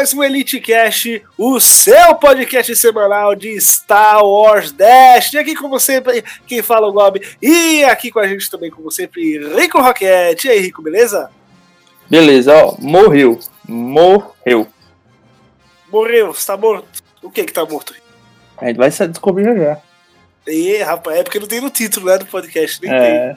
mais um Elite Cast, o seu podcast semanal de Star Wars Dash. E aqui como sempre, quem fala é o Gob. E aqui com a gente também, como sempre, Rico Roquete. E aí, Rico, beleza? Beleza, ó, morreu, você tá morto? O que tá morto? A gente vai descobrir já. E, rapaz, é porque não tem no título, né, do podcast, nem tem.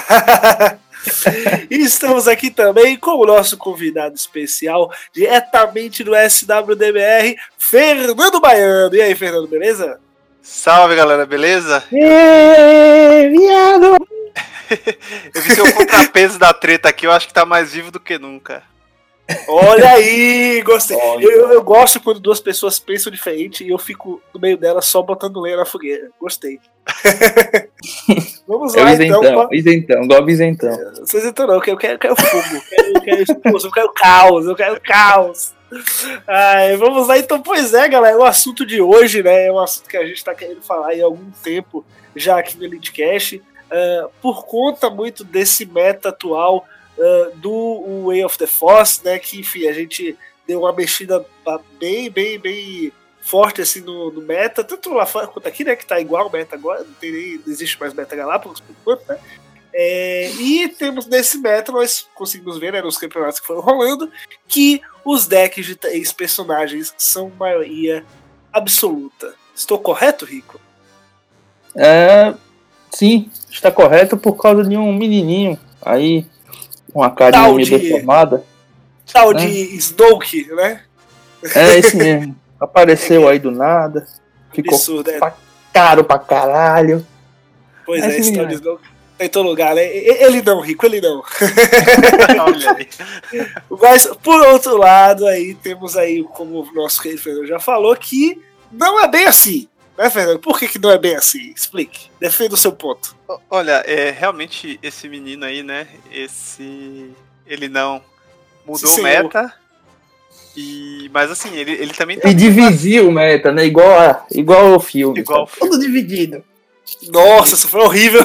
E estamos aqui também com o nosso convidado especial, diretamente do SWDBR, Fernando Baiano. E aí, Fernando, beleza? Salve, galera, beleza? Viado! Eu vi seu contrapeso da treta aqui, eu acho que tá mais vivo do que nunca. Olha aí, gostei. Eu gosto quando duas pessoas pensam diferente e eu fico no meio delas só botando lenha na fogueira. Gostei. Vamos lá, então. Gob isentão. Vocês então não, eu quero fogo, eu quero caos. Ai, vamos lá, então. Pois é, galera, o assunto de hoje, né, é um assunto que a gente tá querendo falar há algum tempo já aqui no EliteCast, por conta muito desse meta atual do Way of the Force, né, que, enfim, a gente deu uma mexida bem forte assim no meta, tanto lá fora quanto aqui, né, que tá igual o meta agora, não existe mais meta Galápagos por enquanto, né? E temos nesse meta, nós conseguimos ver, né, nos campeonatos que foram rolando, que os decks de 3 personagens são maioria absoluta. Estou correto, Rico? Sim, está correto por causa de um menininho aí, com a carinha meio deformada. Tal de Snoke, né? É esse mesmo. Apareceu aí do nada. Ficou absurdo, caro pra caralho. Pois é, esse tal de Snoke tá em todo lugar, né? Ele não, Rico, ele não. Olha aí. Mas, por outro lado, aí temos aí, como o nosso querido Fernando já falou, que não é bem assim. Né, Fernando? Por que não é bem assim? Explique. Defenda o seu ponto. Olha, realmente esse menino aí, né? Ele não mudou o meta. Mas assim, ele também tá. E dividiu o meta, né? Igual ao filme. Igual tudo dividido. Nossa, isso foi horrível.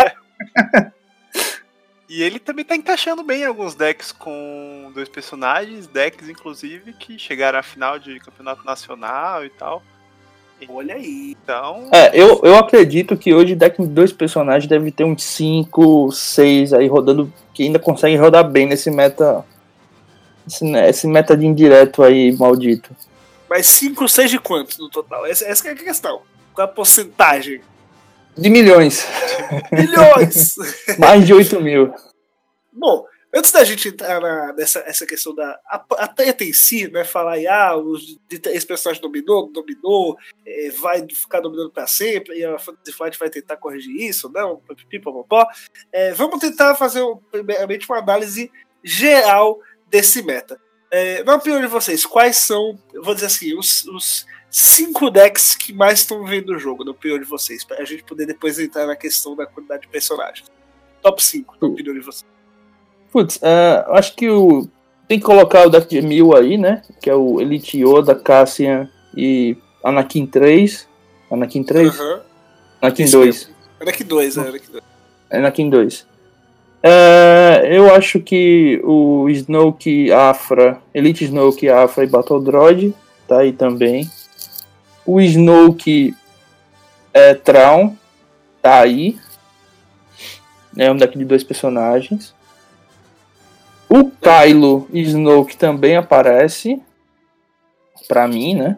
E ele também tá encaixando bem em alguns decks com 2 personagens, decks inclusive que chegaram à final de campeonato nacional e tal. Olha aí. Então. Eu acredito que hoje deck de 2 personagens deve ter uns 5, 6 aí rodando, que ainda conseguem rodar bem nesse meta. Esse meta de indireto aí, maldito. Mas 5, 6 de quanto no total? Essa é a questão. Qual a porcentagem? De milhões. Milhões! Mais de 8 mil. Bom, antes da gente entrar nessa questão da a treta em si, né, falar esse personagem dominou, vai ficar dominando pra sempre, e a Fantasy Flight vai tentar corrigir isso, não, pipipopopó. Vamos tentar fazer primeiramente uma análise geral desse meta. Na opinião de vocês, quais são, eu vou dizer assim, os 5 decks que mais estão vendo o jogo, na opinião de vocês, pra gente poder depois entrar na questão da quantidade de personagens. Top 5, na opinião de vocês. Putz, acho que tem que colocar o deck de 1000 aí, né? Que é o Elite Yoda, Cassian e Anakin 3. Anakin 3? Uhum. Anakin 2. Anakin 2, Anakin 2. Eu acho que o Snoke Afra, Elite Snoke Afra e Battle Droid tá aí também. O Snoke Traum tá aí. É um deck de 2 personagens. O Kylo Snoke também aparece. Pra mim, né?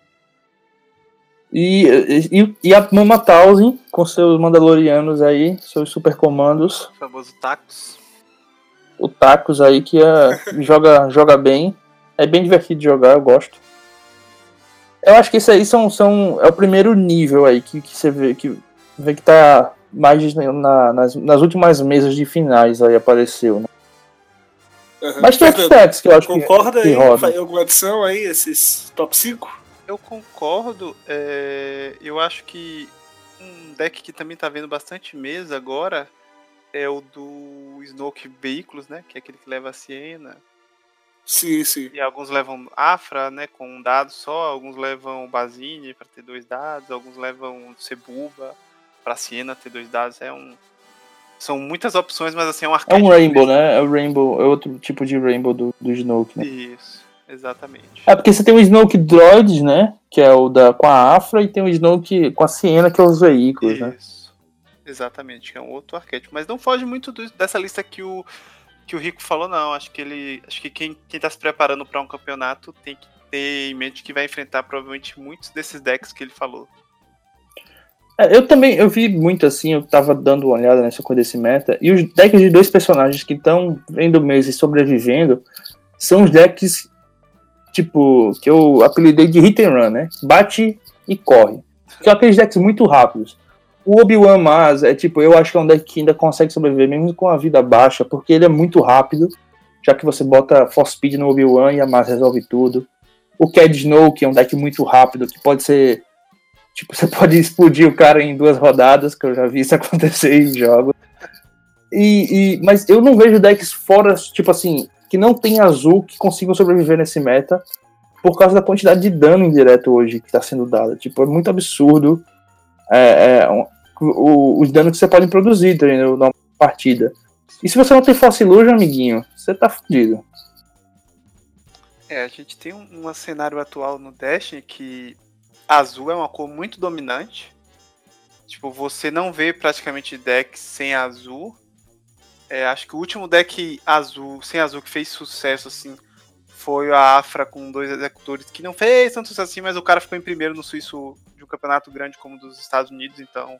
E a Mama Tausen com seus Mandalorianos aí, seus super comandos. O famoso Tacos. O Tacos aí que joga bem. É bem divertido de jogar, eu gosto. Eu acho que isso aí é o primeiro nível aí que você vê que tá mais nas últimas mesas de finais aí apareceu, né? Uhum. Mas tem outros decks que eu acho concorda que aí? rodam. Faz alguma adição aí, esses top 5? Eu concordo. Eu acho que um deck que também tá vendo bastante mesa agora é o do Snoke Veículos, né? Que é aquele que leva a Siena. Sim. E alguns levam Afra, né? Com um dado só. Alguns levam Basine para ter 2 dados. Alguns levam Cebuba para Siena ter 2 dados. São muitas opções, mas assim, é um arquétipo. É um Rainbow, né? É o Rainbow, é outro tipo de Rainbow do Snoke, né? Isso. exatamente. É porque você tem o Snoke Droids, né? Que é o com a Afra, e tem o Snoke com a Ciena, que é os veículos, né? Isso, exatamente, que é um outro arquétipo. Mas não foge muito dessa lista que o Rico falou, não. Acho que quem tá se preparando para um campeonato tem que ter em mente que vai enfrentar provavelmente muitos desses decks que ele falou. Eu vi muito assim, eu tava dando uma olhada nessa coisa desse meta, e os decks de 2 personagens que estão vendo o mês e sobrevivendo são os decks, tipo, que eu apelidei de hit and run, né? Bate e corre. Que são aqueles decks muito rápidos. O Obi-Wan Maz eu acho que é um deck que ainda consegue sobreviver, mesmo com a vida baixa, porque ele é muito rápido, já que você bota Force Speed no Obi-Wan e a Maz resolve tudo. O Cad Snow, que é um deck muito rápido, que pode ser... Tipo, você pode explodir o cara em 2 rodadas, que eu já vi isso acontecer em jogos. Mas eu não vejo decks fora, tipo assim, que não tem azul que consigam sobreviver nesse meta por causa da quantidade de dano indireto hoje que está sendo dado. Tipo, é muito absurdo os danos que você pode produzir na partida. E se você não tem Force Illusion, amiguinho, você tá fudido. A gente tem um cenário atual no Destiny que azul é uma cor muito dominante. Tipo, você não vê praticamente decks sem azul. Acho que o último deck azul, sem azul, que fez sucesso, assim, foi a Afra com 2 executores, que não fez tanto sucesso assim, mas o cara ficou em primeiro no suíço de um campeonato grande como o dos Estados Unidos, então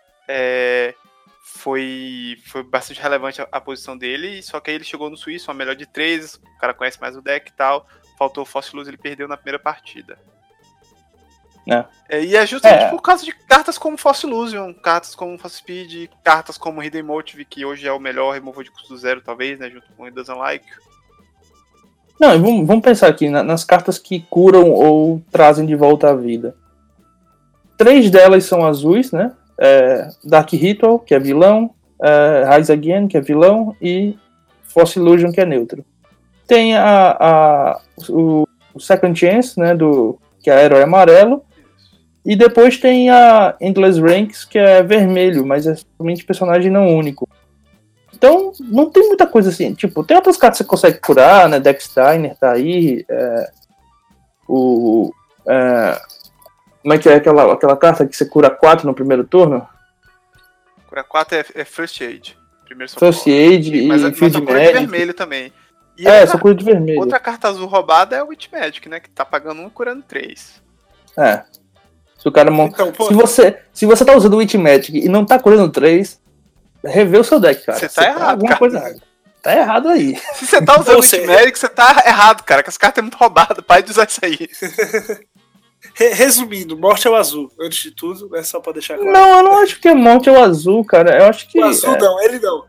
foi bastante relevante a posição dele, só que aí ele chegou no suíço, a melhor de 3, o cara conhece mais o deck e tal, faltou o Force Luz, ele perdeu na primeira partida. E é justamente por causa de cartas como Force Illusion, cartas como Force Speed, cartas como Hidden Motive, que hoje é o melhor removal de custo 0, talvez, né, junto com o Doesn't Like. Não, vamos pensar aqui nas cartas que curam ou trazem de volta à vida. 3 delas são azuis, né? Dark Ritual, que é vilão, Rise Again, que é vilão, e Force Illusion, que é neutro. Tem o Second Chance, né, que é herói amarelo. E depois tem a Endless Ranks, que é vermelho, mas é somente personagem não único. Então, não tem muita coisa assim. Tipo, tem outras cartas que você consegue curar, né? Dexter tá aí. Como é que é aquela carta que você cura 4 no primeiro turno? Cura 4 é First Aid. Primeiro First Aid e Field Magic. De vermelho também. E só cura de vermelho. Outra carta azul roubada é o Witch Magic, né? Que tá pagando 1 e curando 3. Se o cara então, se você tá usando o Witch Magic e não tá curando 3, revê o seu deck, cara. Você tá errado, alguma cara. coisa errada. Tá errado aí. Se você tá usando o Witch Magic, você tá errado, cara. Que essa carta é muito roubada. Para de usar isso aí. Resumindo, morte ao azul, antes de tudo, né? Só pra deixar claro. Não, eu não acho que é morte ao azul, cara. Eu acho que. O azul não, ele não.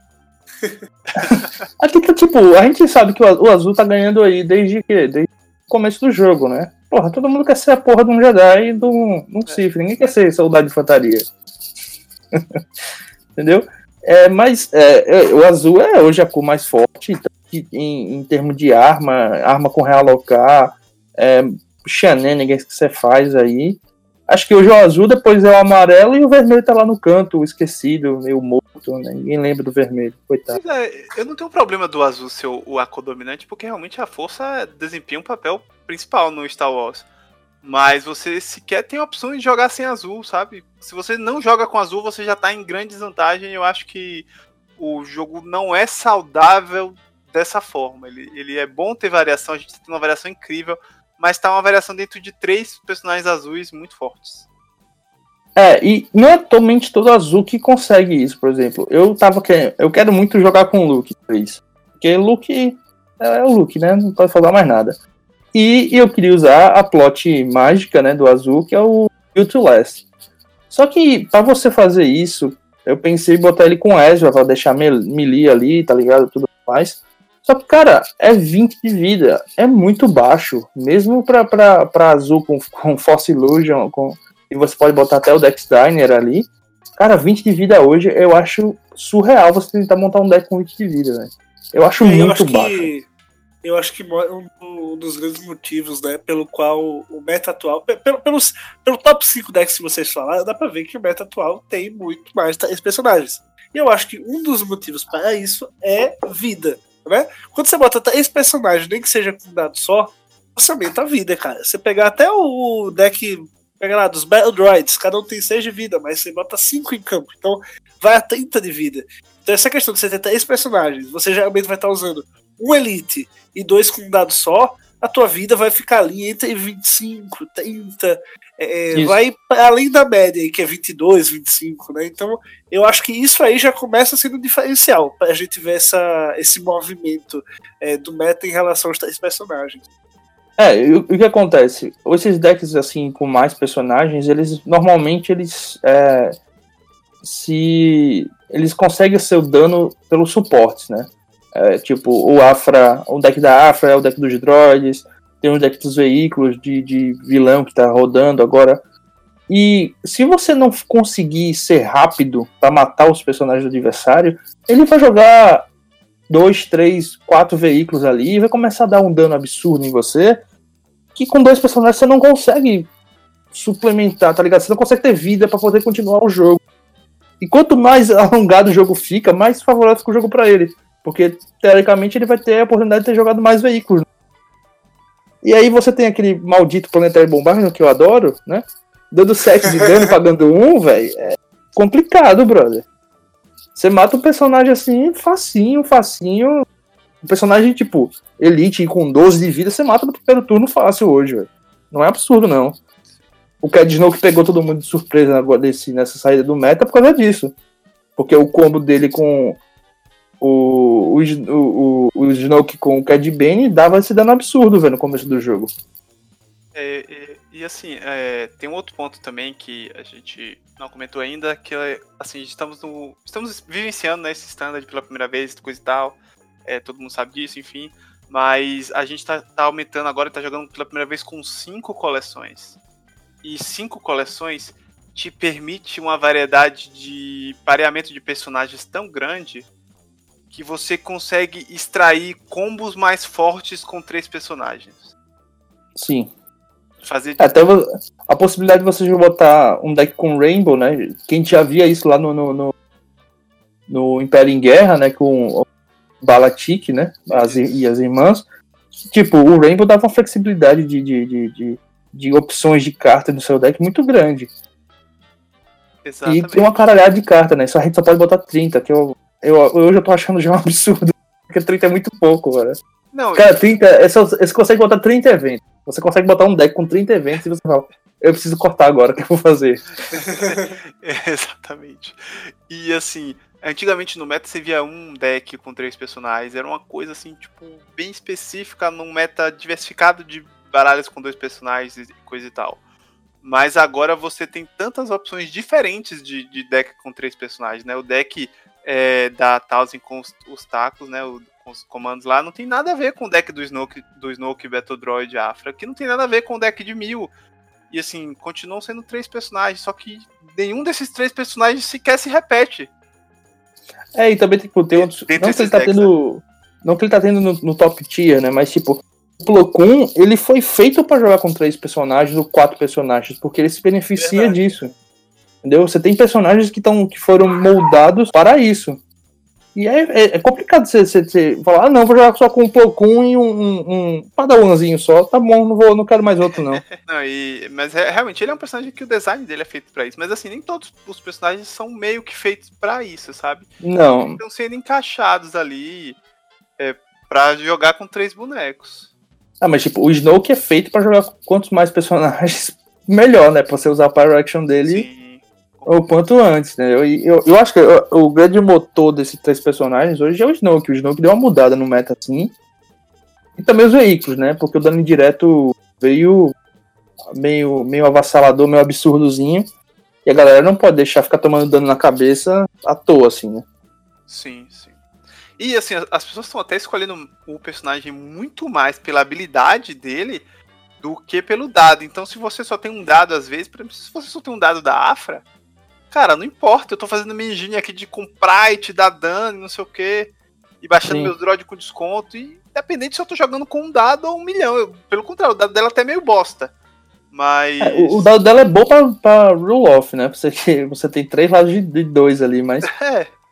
Aqui, tipo, a gente sabe que o azul tá ganhando aí desde o começo do jogo, né? Porra, todo mundo quer ser a porra de um Jedi e de um Sith. Ninguém quer ser soldado de infantaria. Entendeu? Mas o azul é hoje a cor mais forte em termos de arma com realocar, shenanigans que você faz aí. Acho que hoje é o azul, depois é o amarelo e o vermelho tá lá no canto, esquecido, meio morto, né? Ninguém lembra do vermelho, coitado. Eu não tenho problema do azul ser a cor dominante, porque realmente a força desempenha um papel principal no Star Wars. Mas você sequer tem a opção de jogar sem azul, sabe? Se você não joga com azul, você já tá em grande desvantagem. Eu acho que o jogo não é saudável dessa forma. Ele é bom ter variação, a gente tem uma variação incrível, mas tá uma variação dentro de 3 personagens azuis muito fortes. E não é somente todo azul que consegue isso, por exemplo. Eu quero muito jogar com o Luke 3. Porque Luke é o Luke, né? Não pode falar mais nada. E eu queria usar a plot mágica, né, do azul, que é o Build to Last. Só que, pra você fazer isso, eu pensei em botar ele com Ezra, pra deixar melee ali, tá ligado? Tudo mais. Só que, cara, é 20 de vida. É muito baixo. Mesmo pra azul com Force Illusion, e você pode botar até o Dex Diner ali. Cara, 20 de vida hoje, eu acho surreal você tentar montar um deck com 20 de vida, né? Eu acho muito baixo. Eu acho que um dos grandes motivos, né, pelo qual o meta atual, pelo top 5 decks que vocês falaram, dá pra ver que o meta atual tem muito mais personagens. E eu acho que um dos motivos para isso é vida, né? Quando você bota esse personagem, nem que seja com um dado só, você aumenta a vida, cara. Você pegar até o deck, pega lá, dos Battle Droids, cada um tem 6 de vida, mas você bota 5 em campo, então vai a 30 de vida. Então essa questão de você ter 3 personagens, você geralmente vai estar usando um Elite e 2 com um dado só, a tua vida vai ficar ali entre 25, 30, vai para além da média, que é 22, 25, né? Então eu acho que isso aí já começa sendo um diferencial pra gente ver esse movimento do meta em relação aos 3 personagens. O que acontece? Esses decks assim com mais personagens, eles normalmente eles conseguem seu dano pelos suportes, né? Tipo, o deck da Afra é o deck dos droids, tem o deck dos veículos de vilão que tá rodando agora. E se você não conseguir ser rápido para matar os personagens do adversário, ele vai jogar 2, 3, 4 veículos ali e vai começar a dar um dano absurdo em você, que com 2 personagens você não consegue suplementar, tá ligado? Você não consegue ter vida para poder continuar o jogo. E quanto mais alongado o jogo fica, mais favorável fica o jogo para ele. Porque, teoricamente, ele vai ter a oportunidade de ter jogado mais veículos. E aí você tem aquele maldito Planetary Bombardment, que eu adoro, né? Dando 7 de dano, pagando 1, velho. É complicado, brother. Você mata um personagem assim, facinho. Um personagem, tipo, Elite com 12 de vida, você mata no primeiro turno fácil hoje, velho. Não é absurdo, não. O Cad Snow que pegou todo mundo de surpresa nessa saída do meta por causa disso. Porque o combo dele com o Snoke com o Cad Bane dava esse dano absurdo, velho, no começo do jogo. E assim, tem um outro ponto também que a gente não comentou ainda, que assim, estamos vivenciando, né, esse standard pela primeira vez, coisa e tal, todo mundo sabe disso, enfim, mas a gente tá aumentando agora, tá jogando pela primeira vez com 5 coleções. E 5 coleções te permite uma variedade de pareamento de personagens tão grande que você consegue extrair combos mais fortes com 3 personagens. Sim. Até a possibilidade de você botar um deck com Rainbow, né? Quem já via isso lá no Império em Guerra, né? Com o Balatik, né? E as irmãs. Tipo, o Rainbow dava uma flexibilidade de opções de carta no seu deck muito grande. Exatamente. E tem uma caralhada de carta, né? A gente só pode botar 30, que eu já tô achando já um absurdo. Porque 30 é muito pouco, cara. Não, cara, 30, você consegue botar 30 eventos. Você consegue botar um deck com 30 eventos e você fala, eu preciso cortar agora, o que eu vou fazer? Exatamente. E assim, antigamente no meta você via um deck com 3 personagens, era uma coisa assim, tipo, bem específica num meta diversificado de baralhas com 2 personagens e coisa e tal. Mas agora você tem tantas opções diferentes de deck com 3 personagens, né? O deck da Thousand com os tacos, né? Com os comandos lá, não tem nada a ver com o deck do Snoke Battle Droid Afra, que não tem nada a ver com o deck de 1000. E assim, continuam sendo 3 personagens, só que nenhum desses 3 personagens sequer se repete. E também tipo, tem outros. Não que ele tá tendo no top tier, né? Mas tipo, o Plo Koon, ele foi feito pra jogar com 3 personagens ou 4 personagens, porque ele se beneficia disso. Entendeu? Você tem personagens que foram moldados para isso. E é complicado você falar, não, vou jogar só com um Plo Koon e um padawanzinho só. Tá bom, não quero mais outro, não. Mas realmente ele é um personagem que o design dele é feito pra isso. Mas assim, nem todos os personagens são meio que feitos pra isso, sabe? Não. Eles estão sendo encaixados ali pra jogar com 3 bonecos. Mas tipo, o Snoke é feito pra jogar com quantos mais personagens, melhor, né? Pra você usar a Pyro Action dele. Sim. O quanto antes, né? Eu acho que o grande motor desses 3 personagens hoje é o Snoke. O Snoke deu uma mudada no meta, assim. E também os veículos, né? Porque o dano indireto veio meio avassalador, meio absurdozinho. E a galera não pode deixar ficar tomando dano na cabeça à toa, assim, né? Sim. E assim, as pessoas estão até escolhendo o personagem muito mais pela habilidade dele do que pelo dado. Então, se você só tem um dado, às vezes, por exemplo, se você só tem um dado da Afra, cara, não importa, eu tô fazendo minha engine aqui de comprar e te dar dano e não sei o que, e baixando meus droids com desconto, e independente se eu tô jogando com um dado ou 1 milhão, pelo contrário, o dado dela até é meio bosta, mas... o dado dela é bom pra rule off, né, você tem 3 lados de 2 ali, mas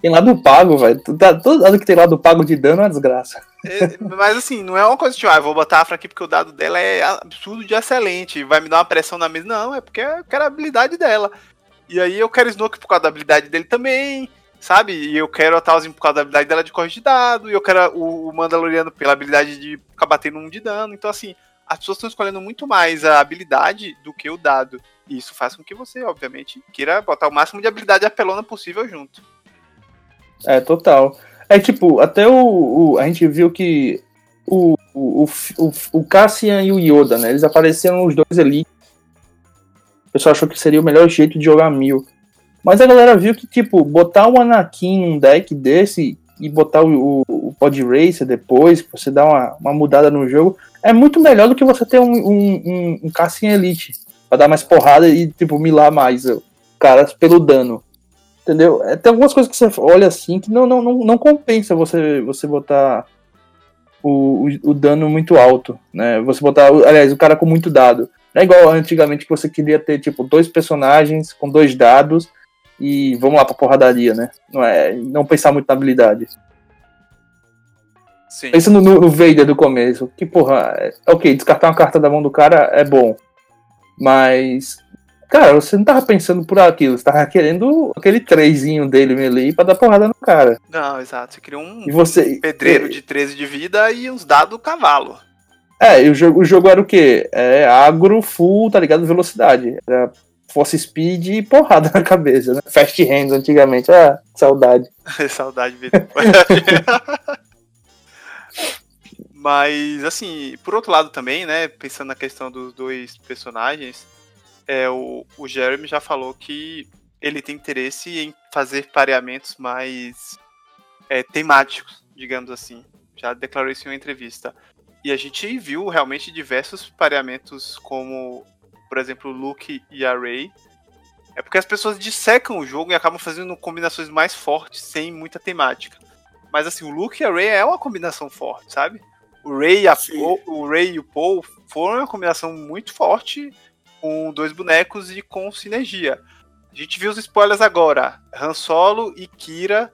Tem lado pago, velho. Todo dado que tem lado pago de dano é uma desgraça. Mas assim, não é uma coisa tipo, eu vou botar a Afra aqui porque o dado dela é absurdo de excelente, vai me dar uma pressão na mesa. Não, é porque eu quero a habilidade dela. E aí eu quero Snoke por causa da habilidade dele também, sabe? E eu quero a Talzin por causa da habilidade dela de corte de dado, e eu quero o Mandaloriano pela habilidade de ficar batendo um de dano. Então assim, as pessoas estão escolhendo muito mais a habilidade do que o dado. E isso faz com que você, obviamente, queira botar o máximo de habilidade apelona possível junto. É, total. É tipo, até a gente viu que o Cassian e o Yoda, né? Eles apareceram os dois ali. O pessoal achou que seria o melhor jeito de jogar 1000. Mas a galera viu que, tipo, botar o Anakin num deck desse e botar o Pod Racer depois, que você dá uma mudada no jogo, é muito melhor do que você ter um Cassian Elite. Pra dar mais porrada e, tipo, milar mais o cara pelo dano. Entendeu? Tem algumas coisas que você olha assim que não compensa você botar o dano muito alto, né? Você botar, aliás, o cara com muito dado. Não é igual antigamente que você queria ter, tipo, 2 personagens com 2 dados e vamos lá pra porradaria, né? Não pensar muito na habilidade. Sim. Pensa no Vader do começo, que, porra, ok, descartar uma carta da mão do cara é bom, mas, cara, você não tava pensando por aquilo, você tava querendo aquele 3zinho dele ali pra dar porrada no cara. Não, exato, você queria um pedreiro de 13 de vida e uns dados cavalo. E o jogo era o quê? Agro, full, tá ligado? Velocidade. Era force speed e porrada na cabeça, né? Fast hands antigamente. Saudade. Saudade, Vitor. Mas, assim, por outro lado também, né? Pensando na questão dos 2 personagens, o Jeremy já falou que ele tem interesse em fazer pareamentos mais temáticos, digamos assim. Já declarou isso em uma entrevista. E a gente viu realmente diversos pareamentos como, por exemplo, o Luke e a Rey. É porque as pessoas dissecam o jogo e acabam fazendo combinações mais fortes sem muita temática. Mas assim, o Luke e a Rey é uma combinação forte, sabe? O Rey e o Poe foram uma combinação muito forte com 2 bonecos e com sinergia. A gente viu os spoilers agora. Han Solo e Qi'ra,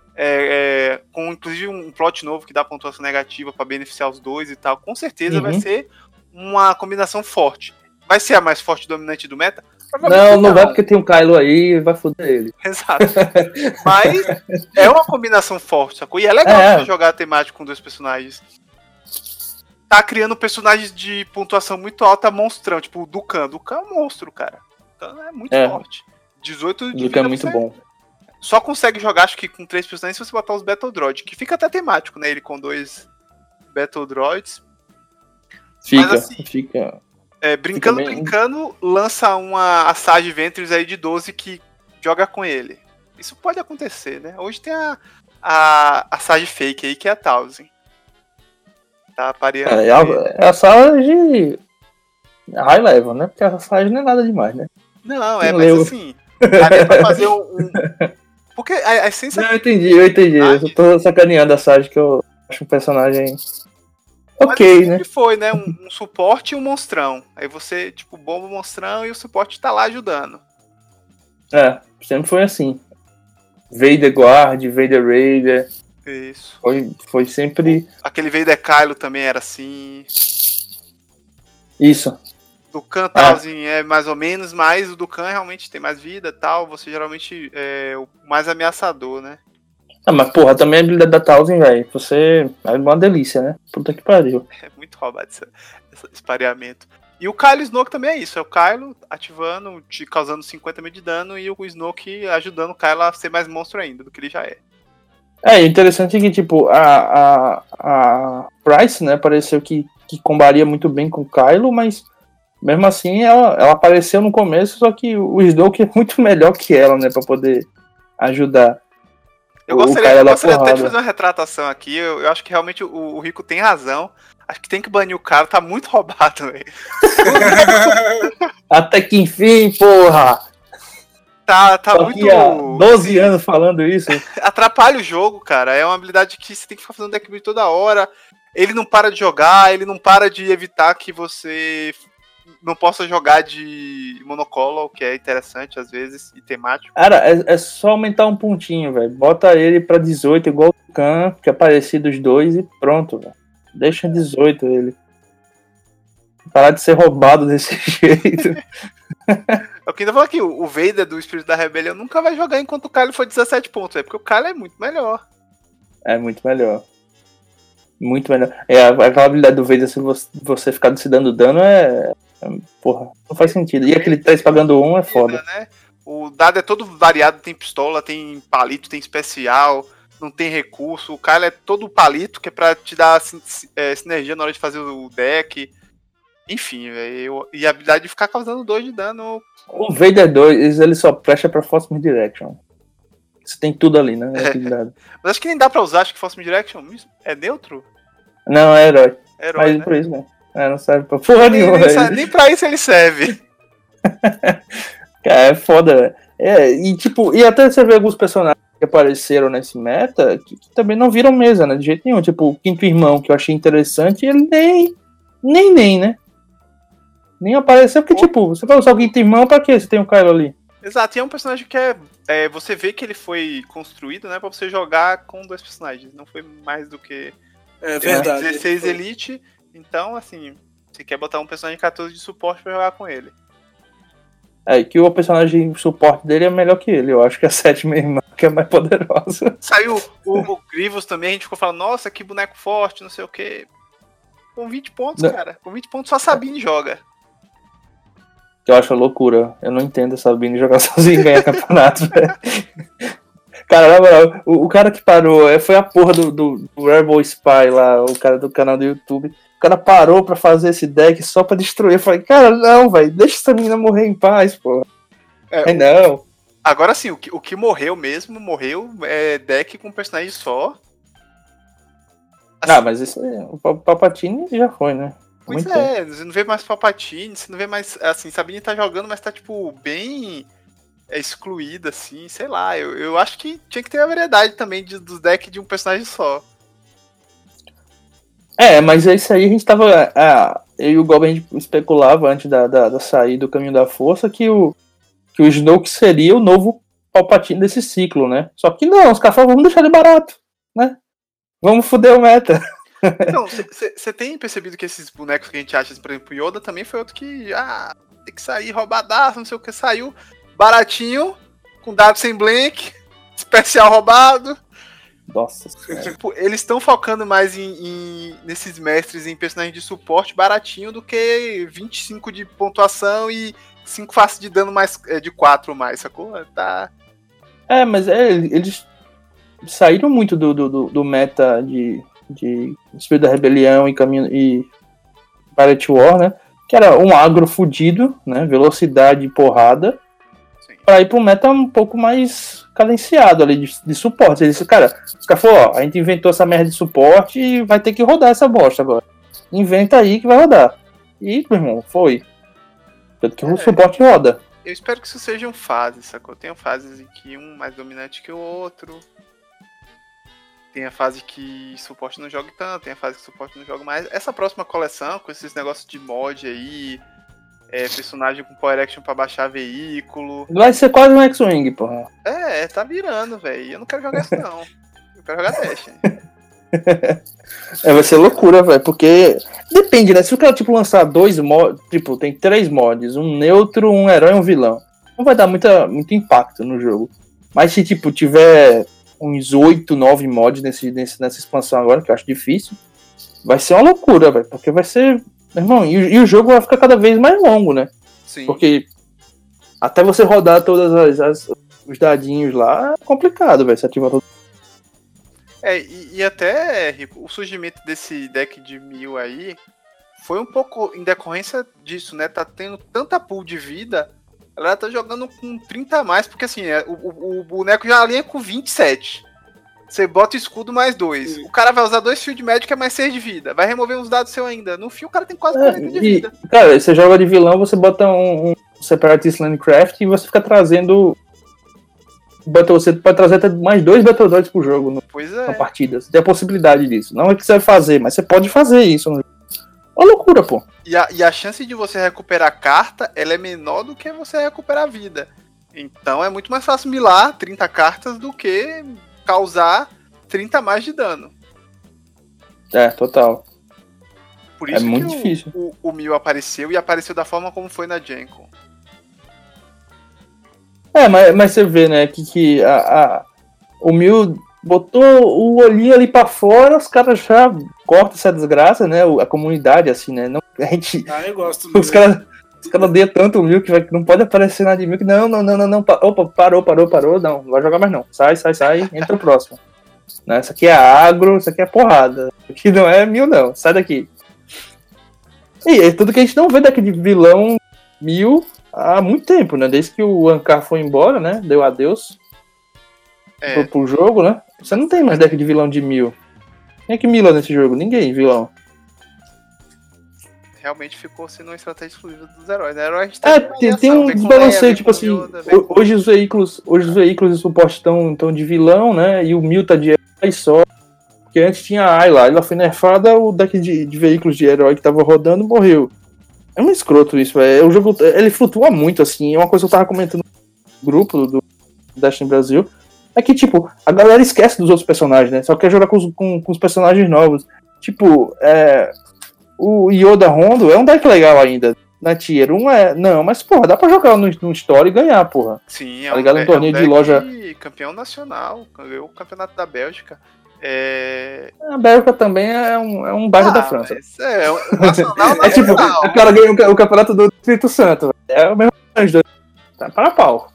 com inclusive um plot novo que dá pontuação negativa para beneficiar os 2 e tal. Com certeza vai ser uma combinação forte. Vai ser a mais forte dominante do meta? Não vai porque tem um Kylo aí e vai foder ele. Exato. Mas é uma combinação forte, sacou? E é legal você jogar temático com 2 personagens. Tá criando personagens de pontuação muito alta, monstrão, tipo o Dukan. Dukan é um monstro, cara. Dukan é muito forte. 18 de Dukan é muito bom. Só consegue jogar, acho que com 3 personagens, se você botar os Battle Droids, que fica até temático, né? Ele com 2 Battle Droids. Fica, mas, assim, fica. Brincando, lança uma Asajj Ventress aí de 12 que joga com ele. Isso pode acontecer, né? Hoje tem a Asajj Fake aí, que é a Talzin. Tá pareando. É a Asajj high level, né? Porque a Asajj não é nada demais, né? Não, mas assim, daria pra fazer porque a essência... Não, eu entendi. Eu só tô sacaneando a Asajj, que eu acho um personagem... ok, mas né? sempre foi, né? Um suporte e um monstrão. Aí você, tipo, bomba o monstrão e o suporte tá lá ajudando. Sempre foi assim. Vader Guard, Vader Raider. Isso. Foi sempre... Aquele Vader Kylo também era assim. Isso. Dukan Talzin é mais ou menos, mas o Dukan realmente tem mais vida e tal. Você geralmente é o mais ameaçador, né? Mas porra, também a habilidade da Talzin, velho. Você é uma delícia, né? Puta que pariu. É muito roubado esse pareamento. E o Kylo Snoke também é isso. É o Kylo ativando, te causando 50 mil de dano e o Snoke ajudando o Kylo a ser mais monstro ainda do que ele já é. Interessante que, tipo, a Price, né, pareceu que combaria muito bem com o Kylo, mas mesmo assim ela apareceu no começo, só que o Snoke é muito melhor que ela, né, pra poder ajudar. Eu gostaria até de fazer uma retratação aqui. Eu acho que realmente o Rico tem razão. Acho que tem que banir o cara, tá muito roubado, velho. Até que enfim, porra! Tá muito... há 12 anos falando isso. Atrapalha o jogo, cara. É uma habilidade que você tem que ficar fazendo deck build toda hora. Ele não para de jogar, ele não para de evitar que você não possa jogar de monocolo, que é interessante às vezes, e temático. Cara, é só aumentar um pontinho, velho. Bota ele pra 18, igual o Khan, que é parecido os dois, e pronto, velho. Deixa 18 ele. Parar de ser roubado desse jeito. Eu queria falar aqui, o Vader do Espírito da Rebelião nunca vai jogar enquanto o Kylo for 17 pontos, porque o Kylo é muito melhor. É muito melhor. Muito melhor. Aquela habilidade do Vader, se você ficar se dando dano, porra, não faz sentido. E aquele 3 pagando 1 é foda. Né? O dado é todo variado, tem pistola, tem palito, tem especial, não tem recurso. O Kylo é todo palito, que é pra te dar sinergia na hora de fazer o deck. Enfim, véio, e a habilidade de ficar causando 2 de dano. O Vader 2, ele só presta pra Force Misdirection. Você tem tudo ali, né? Mas acho que nem dá pra usar, acho que Force Misdirection é neutro? Não, é herói. Mas né? por isso, né? Não serve pra porra nenhuma. Nem pra isso ele serve. Cara, é foda, velho. E até você vê alguns personagens que apareceram nesse meta que também não viram mesa, né? De jeito nenhum. Tipo, o Quinto Irmão, que eu achei interessante, ele nem, né? Nem apareceu, porque, você vai usar o Quinto Irmão pra quê? Você tem o Kylo ali. Exato, e é um personagem que você vê que ele foi construído, né, pra você jogar com 2 personagens. Não foi mais do que verdade, 16 Elite. Então, assim, você quer botar um personagem 14 de suporte pra jogar com ele. Que o personagem suporte dele é melhor que ele. Eu acho que a 7ª Irmã que é mais poderosa. Saiu o Grievous também, a gente ficou falando, nossa, que boneco forte, não sei o quê. Com 20 pontos, cara. Com 20 pontos só a Sabine joga. Eu acho loucura. Eu não entendo a Sabine jogar sozinho e ganhar campeonato, velho. Cara, na moral, o cara que parou foi a porra do Rebel Spy lá, o cara do canal do YouTube. O cara parou pra fazer esse deck só pra destruir. Eu falei, cara, não, velho, deixa essa menina morrer em paz, porra. Não. Agora sim, o que morreu mesmo, é deck com personagem só. Assim, mas isso o Palpatine já foi, né? Pois você não vê mais Palpatine, você não vê mais, assim, Sabine tá jogando, mas tá, tipo, bem excluída, assim, sei lá, eu acho que tinha que ter a variedade também dos decks de um personagem só. Mas é isso aí, a gente tava, eu e o Goblin, a gente especulava antes da saída do Caminho da Força que o Snoke seria o novo Palpatine desse ciclo, né? Só que não, os caras falaram, vamos deixar ele barato, né? Vamos foder o meta. Então, você tem percebido que esses bonecos que a gente acha, por exemplo, o Yoda também foi outro que, tem que sair roubadaço, não sei o que, saiu baratinho, com dado sem blink, especial roubado. Nossa. Tipo, eles estão focando mais nesses mestres em personagens de suporte baratinho do que 25 de pontuação e 5 faces de dano mais, de 4 ou mais, sacou? Tá. Mas eles saíram muito do meta de Espírito da Rebelião e Pirate War, né? Que era um agro fudido, né? Velocidade e porrada. Sim. Pra ir pro meta um pouco mais cadenciado ali de suporte. Eles, os caras falaram, a gente inventou essa merda de suporte e vai ter que rodar essa bosta agora. Inventa aí que vai rodar. E, meu irmão, foi. Tanto que o suporte roda. Eu espero que isso sejam fases, sacou? Tem fases em que um mais dominante que o outro. Tem a fase que suporte não joga tanto, tem a fase que suporte não joga mais. Essa próxima coleção, com esses negócios de mod aí, personagem com Power Action pra baixar veículo. Vai ser quase um X-Wing, porra. Tá virando, velho. Eu não quero jogar isso, não. Eu quero jogar Destiny. Vai ser loucura, velho, porque depende, né? Se o cara, lançar 2 mods, tem 3 mods, um neutro, um herói e um vilão, não vai dar muito impacto no jogo. Mas se, tiver uns 8, 9 mods nessa expansão agora, que eu acho difícil, vai ser uma loucura, velho, porque vai ser... Irmão, e o jogo vai ficar cada vez mais longo, né? Sim. Porque até você rodar todos os dadinhos lá, é complicado, velho, você ativa todo. E até, Rico, o surgimento desse deck de 1000 aí foi um pouco em decorrência disso, né? Tá tendo tanta pool de vida, a galera tá jogando com 30 a mais, porque assim, o boneco já alinha com 27. Você bota escudo mais 2. O cara vai usar 2 fios de médico, é mais 6 de vida. Vai remover uns dados seu ainda. No fio, o cara tem quase 40 de vida. Cara, você joga de vilão, você bota um Separatist Landcraft e você fica trazendo... Você pode trazer até mais 2 Battle Droids pro jogo na partida. Você tem a possibilidade disso. Não é o que você vai fazer, mas você pode fazer isso. Uma loucura, pô. E a chance de você recuperar a carta, ela é menor do que você recuperar a vida. Então é muito mais fácil milar 30 cartas do que causar 30 a mais de dano. É, total. Por isso muito que difícil. O Mil apareceu e apareceu da forma como foi na Gencon. Mas você vê, né, que o Mil botou o olhinho ali pra fora, os caras já cortam essa desgraça, né, a comunidade, assim, né, não, a gente... eu gosto. Os caras odeiam tanto o Mil que não pode aparecer nada de Mil, que não, opa, parou, não vai jogar mais não, sai, entra o próximo. Né, isso aqui é agro, isso aqui é porrada, aqui não é Mil não, sai daqui. E é tudo que a gente não vê daquele vilão Mil há muito tempo, né? Desde que o Ankar foi embora, né? Deu adeus pro jogo, né? Você não tem mais deck de vilão de Mil. Quem é que mila nesse jogo? Ninguém, vilão. Realmente ficou sendo uma estratégia exclusiva dos heróis. Né? Herói, a gente tem um desbalanceio, tipo assim, hoje os veículos de suporte estão de vilão, né? E o Mil tá de herói só. Porque antes tinha a Ayla. Ela foi nerfada, o deck de veículos de herói que tava rodando morreu. É um escroto isso, velho. O jogo, ele flutua muito, assim. É uma coisa que eu tava comentando no grupo do Destiny Brasil. É que, tipo, a galera esquece dos outros personagens, né? Só quer jogar com os personagens novos. Tipo, o Yoda Rondo é um deck legal ainda. Na Tier 1 Não, mas, porra, dá pra jogar no Story e ganhar, porra. Sim, tá ligado? Um torneio de loja. Campeão nacional. Ganhou o campeonato da Bélgica. A Bélgica também é um bairro da França. O nacional é tipo, o cara ganha o campeonato do Espírito Santo. É o mesmo tá para pau.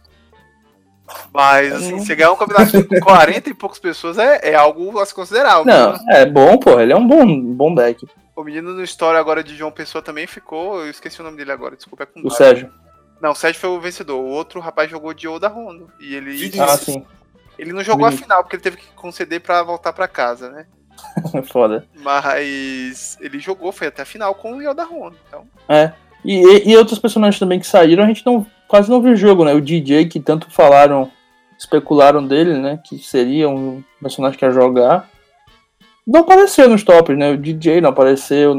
Mas, assim, você ganhar um campeonato com 40 e poucas pessoas é algo a se considerar. Não, é bom, pô. Ele é um bom deck. O menino no Story agora de João Pessoa também ficou. Eu esqueci o nome dele agora, desculpa. O Sérgio. Não, o Sérgio foi o vencedor. O outro rapaz jogou de Yoda Rondo. E ele. Sim. Ele não jogou a final, porque ele teve que conceder pra voltar pra casa, né? Foda. Mas ele jogou, foi até a final com o Yoda Rondo. Então... E outros personagens também que saíram, a gente quase não viu o jogo, né? O DJ, que tanto especularam dele, né? Que seria um personagem que ia jogar. Não apareceu nos tops, né? O DJ não apareceu.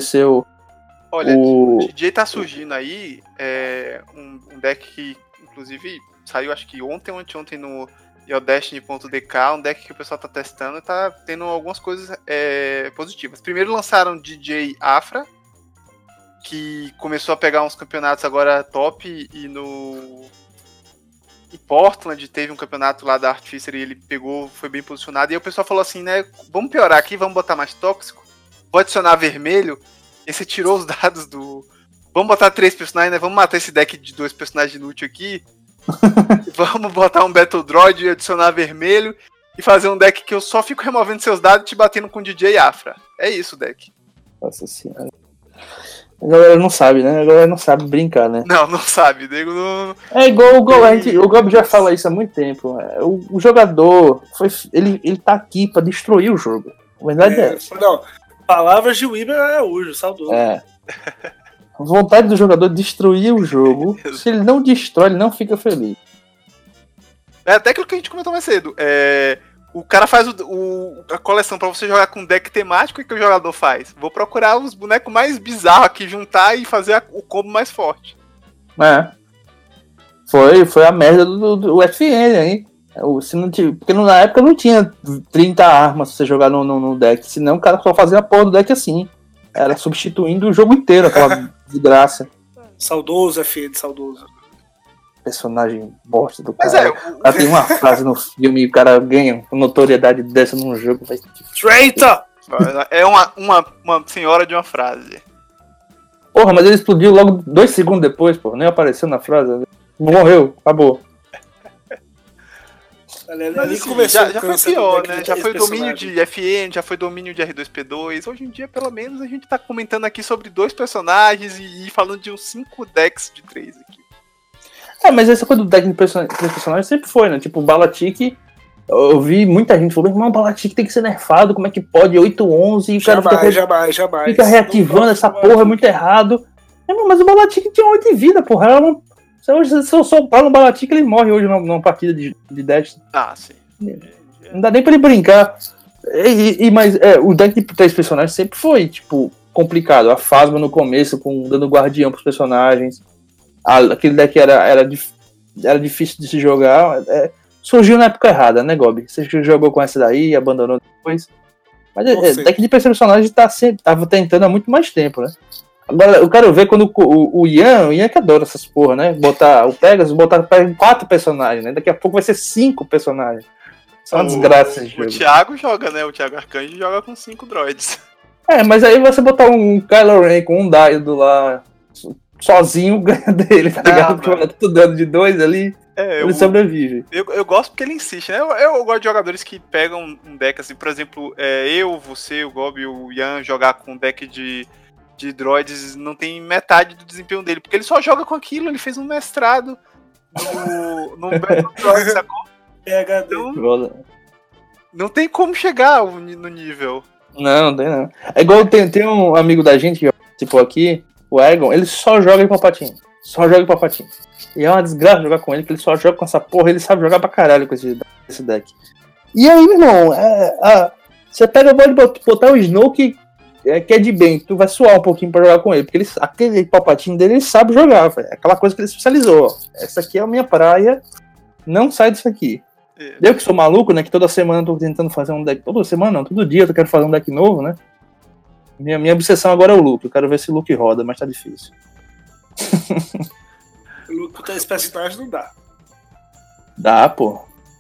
Olha, o DJ tá surgindo aí, um deck que, inclusive, saiu acho que ontem ou anteontem no Yodestiny.dk, um deck que o pessoal tá testando e tá tendo algumas coisas positivas. Primeiro lançaram DJ Afra, que começou a pegar uns campeonatos agora top, e em Portland teve um campeonato lá da Artificer e ele pegou, foi bem posicionado, e aí o pessoal falou assim, né, vamos piorar aqui, vamos botar mais tóxico, vou adicionar vermelho, e você tirou os dados vamos botar 3 personagens, né, vamos matar esse deck de 2 personagens inúteis aqui, vamos botar um Battle Droid e adicionar vermelho e fazer um deck que eu só fico removendo seus dados e te batendo com DJ Afra. É isso o deck. Nossa senhora. A galera não sabe, né? A galera não sabe brincar, né? Não sabe. Nego não... É igual o Gob já fala isso há muito tempo. O jogador, ele tá aqui pra destruir o jogo. A verdade é essa. Não, palavras de Weber Araújo, saudoso. A vontade do jogador é destruir o jogo. Se ele não destrói, ele não fica feliz. É até aquilo que a gente comentou mais cedo. O cara faz a coleção pra você jogar com deck temático, e que o jogador faz? Vou procurar os bonecos mais bizarros aqui, juntar e fazer o combo mais forte. Foi a merda do FN aí. Porque na época não tinha 30 armas pra você jogar no deck. Senão o cara só fazia a porra do deck assim. Era substituindo o jogo inteiro, aquela desgraça. Saudoso, FN, saudoso. Personagem bosta do cara. Mas tem uma frase no filme e o cara ganha notoriedade dessa num jogo. Traitor! É uma senhora de uma frase. Porra, mas ele explodiu logo 2 segundos depois, porra. Nem apareceu na frase. Morreu, acabou. Mas assim, já foi pior, né? Já foi domínio de FN, já foi domínio de R2P2. Hoje em dia, pelo menos, a gente tá comentando aqui sobre 2 personagens e falando de uns 5 decks de 3 aqui. Mas essa coisa do deck de 3 personagens sempre foi, né? Tipo, o Balatic, eu vi muita gente falando, irmão, o Balatic tem que ser nerfado, como é que pode? 8-11 e o cara jamais. Fica reativando essa porra, é muito errado. Mas o Balatic tinha 8 de vida, porra. Se eu soltar no Balatic, ele morre hoje numa partida de Destiny. Sim. Não dá nem pra ele brincar. Mas o deck de 3 personagens sempre foi, tipo, complicado. A Phasma no começo, dando guardião pros personagens. Aquele deck era difícil de se jogar. Surgiu na época errada, né, Gobi? Você jogou com essa daí e abandonou depois. Mas deck de personagem tava tentando há muito mais tempo, né? Agora, eu quero ver quando o Ian que adora essas porra, né? Botar o Pegasus, botar 4 personagens, né? Daqui a pouco vai ser 5 personagens. Só uma desgraça esse jogo. O Thiago joga, né? O Thiago Arcanjo joga com 5 droids. Mas aí você botar um Kylo Ren com um Daido lá, sozinho, ganha dele, tá ligado? Porque vai tudo dando de 2 ali, ele sobrevive. Eu gosto porque ele insiste, né? Eu gosto de jogadores que pegam um deck, assim, por exemplo, eu, você, o Gob e o Ian jogar com um deck de droids não tem metade do desempenho dele, porque ele só joga com aquilo, ele fez um mestrado no Battle Droid, sacou? Então, não tem como chegar no nível. Não tem não. É igual tem um amigo da gente que participou aqui, o Egon, ele só joga em Palpatine. E é uma desgraça jogar com ele, porque ele só joga com essa porra, ele sabe jogar pra caralho com esse deck. E aí, meu irmão, você pode botar o Snoke que é de bem, tu vai suar um pouquinho pra jogar com ele, porque aquele Palpatine dele, ele sabe jogar, véio. É aquela coisa que ele especializou, ó. Essa aqui é a minha praia, não sai disso aqui. Eu que sou maluco, né, que toda semana eu tô tentando fazer um deck, toda semana não, todo dia eu quero fazer um deck novo, né. Minha obsessão agora é o Luke, eu quero ver se o Luke roda, mas tá difícil. O Luke com 3 personagens não dá. Dá, pô.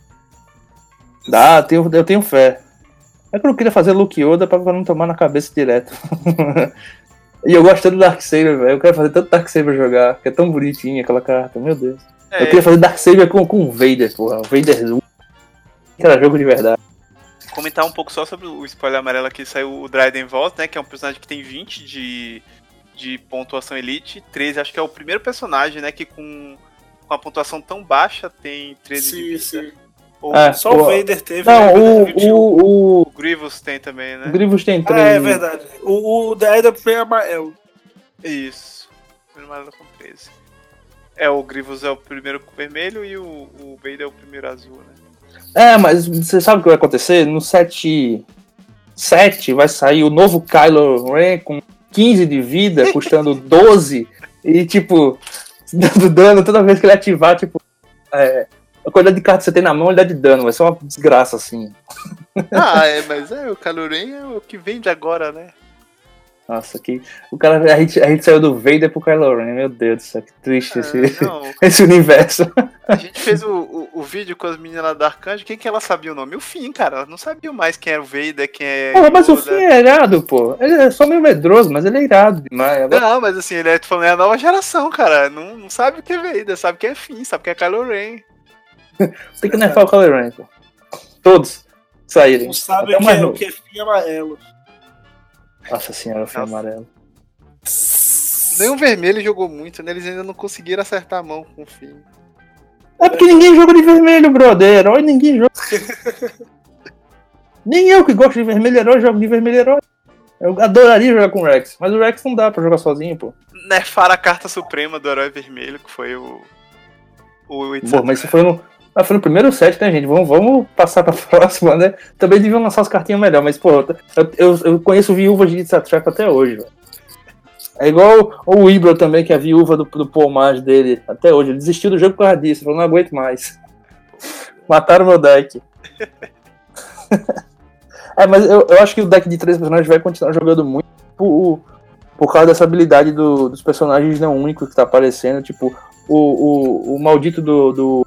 Dá, eu tenho fé. É que eu não queria fazer Luke Yoda pra não tomar na cabeça direto. E eu gosto tanto do Darksaber, velho. Eu quero fazer tanto Darksaber jogar, que é tão bonitinha aquela carta, meu Deus. Eu queria fazer Darksaber com o Vader, porra. O Vader que era jogo de verdade. Comentar um pouco só sobre o spoiler amarelo aqui, saiu o Dryden Voss, né, que é um personagem que tem 20 de pontuação elite, 13, acho que é o primeiro personagem, né, que com a pontuação tão baixa tem 13 de vida. Sim. Só o Vader teve. Não, né, o Grievous tem também, né? O Grievous tem 13. É verdade. O da Eda foi amarelo. Isso. O primeiro amarelo com 13. O Grievous é o primeiro com vermelho e o Vader é o primeiro azul, né? Mas você sabe o que vai acontecer? No 7 vai sair o novo Kylo Ren com 15 de vida, custando 12, e tipo, dando dano toda vez que ele ativar, tipo, a quantidade de carta que você tem na mão, ele dá de dano, vai ser uma desgraça, assim. Mas o Kylo Ren é o que vende agora, né? Nossa, a gente saiu do Vader pro Kylo Ren, meu Deus do céu, que triste esse universo. A gente fez o vídeo com as meninas lá da Arcanjo, quem que ela sabia o nome? O Finn, cara, ela não sabia mais quem era o Vader, quem é... Mas o Finn é irado, pô, ele é só meio medroso, mas ele é irado demais. Não, mas assim, ele é a nova geração, cara, não sabe o que é Vader, sabe quem é Finn, sabe quem é Kylo Ren. Tem que nerfar o Kylo Ren, pô. Todos saírem. Não sabe o que é Finn amarelo. Nossa senhora, o Finn amarelo. Nem o vermelho jogou muito, né? Eles ainda não conseguiram acertar a mão com o Finn. É porque ninguém joga de vermelho, brother. Herói ninguém joga. Nem eu que gosto de vermelho herói jogo de vermelho herói. Eu adoraria jogar com o Rex, mas o Rex não dá pra jogar sozinho, pô. Nerfaram a carta suprema do herói vermelho, que foi o Pô, mas isso foi no primeiro set, né, gente? Vamos passar pra próxima, né? Também deviam lançar as cartinhas melhor, mas, pô, eu conheço viúvas de Trap até hoje, velho. É igual o Ibra também, que é a viúva do Pomage dele até hoje. Ele desistiu do jogo por causa disso, falou, não aguento mais. Mataram meu deck. Mas eu acho que o deck de 3 personagens vai continuar jogando muito por causa dessa habilidade dos personagens não únicos que tá aparecendo, tipo, o maldito do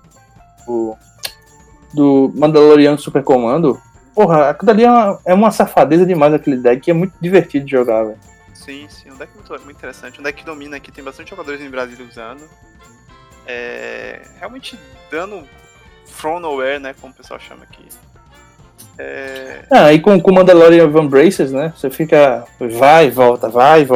Mandaloriano Super Comando. Porra, aquilo ali é uma safadeza demais aquele deck, que é muito divertido de jogar, velho. Sim, um deck muito interessante, um deck que domina aqui, tem bastante jogadores em Brasília usando. Realmente dando from nowhere, né, como o pessoal chama aqui. E com o Mandalorian Van Braces, né, você fica vai e volta.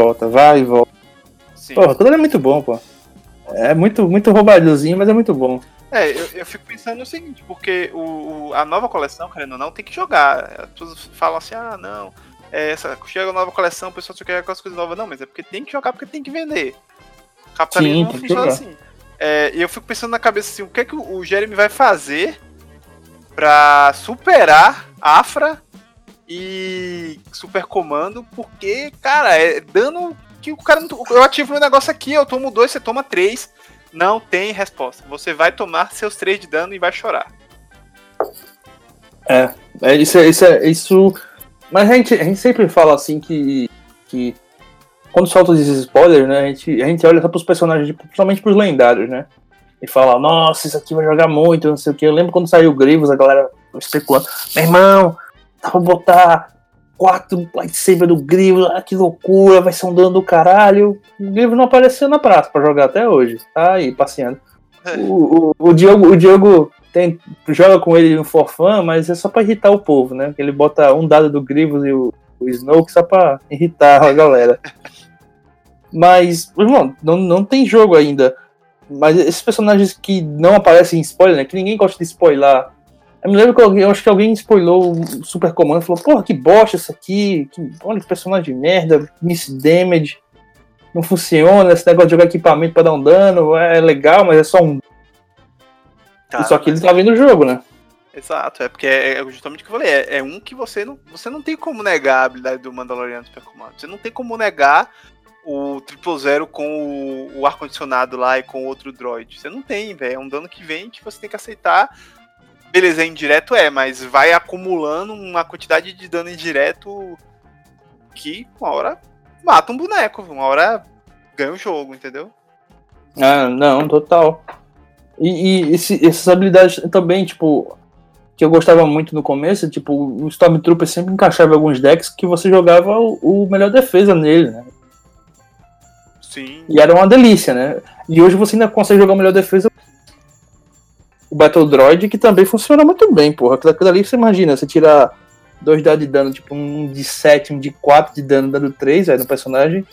Sim. Porra, aquilo ali é muito bom, pô. É muito, muito roubadinhozinho, mas é muito bom. Eu fico pensando no seguinte, porque a nova coleção, querendo ou não, tem que jogar. As pessoas falam assim, não, chega a nova coleção, o pessoal só quer com as coisas novas. Não, mas é porque tem que jogar, porque tem que vender. O capitalismo não funciona assim. E eu fico pensando na cabeça assim, o que é que o Jeremy vai fazer pra superar Afra e super comando, porque, cara, é dano que o cara não... Eu ativo meu negócio aqui, eu tomo 2, você toma 3. Não tem resposta. Você vai tomar seus 3 de dano e vai chorar. Isso. Mas a gente sempre fala assim que quando solta esses spoilers, né, a gente olha só pros personagens, principalmente pros lendários, né? E fala, nossa, isso aqui vai jogar muito, não sei o que. Eu lembro quando saiu o Grievous, a galera especulando, meu irmão, dá pra botar 4 lightsaber do Grievous, que loucura, vai ser um dano do caralho. O Grievous não apareceu na praça pra jogar até hoje, tá aí passeando. O Diogo joga com ele no For Fun, mas é só pra irritar o povo, né? Ele bota um dado do Grievous e o Snoke só pra irritar a galera. Mas, irmão, não tem jogo ainda. Mas esses personagens que não aparecem em spoiler, né? Que ninguém gosta de spoiler. Eu me lembro que eu acho que alguém spoilou o Super Comando e falou, porra, que bosta isso aqui. Olha que personagem de merda, miss damage. Não funciona, esse negócio de jogar equipamento pra dar um dano. É legal, mas é só um... Cara, só que ele tá vendo o jogo, né? Exato, é porque é justamente o que eu falei. É um que você não tem como negar a habilidade do Mandaloriano Super Comando. Você não tem como negar o 000 com o ar-condicionado lá e com outro droid. Você não tem, velho. É um dano que vem que você tem que aceitar. Beleza, é indireto, mas vai acumulando uma quantidade de dano indireto que uma hora mata um boneco, uma hora ganha o jogo, entendeu? Ah, não, total. E essas habilidades também, tipo, que eu gostava muito no começo, tipo, o Stormtrooper sempre encaixava alguns decks que você jogava o melhor defesa nele, né? Sim. E era uma delícia, né? E hoje você ainda consegue jogar o melhor defesa o Battle Droid, que também funciona muito bem, porra. Aquilo ali, você imagina, você tirar 2 dados de dano, tipo um de 7, um de 4 de dano, dando 3 no personagem.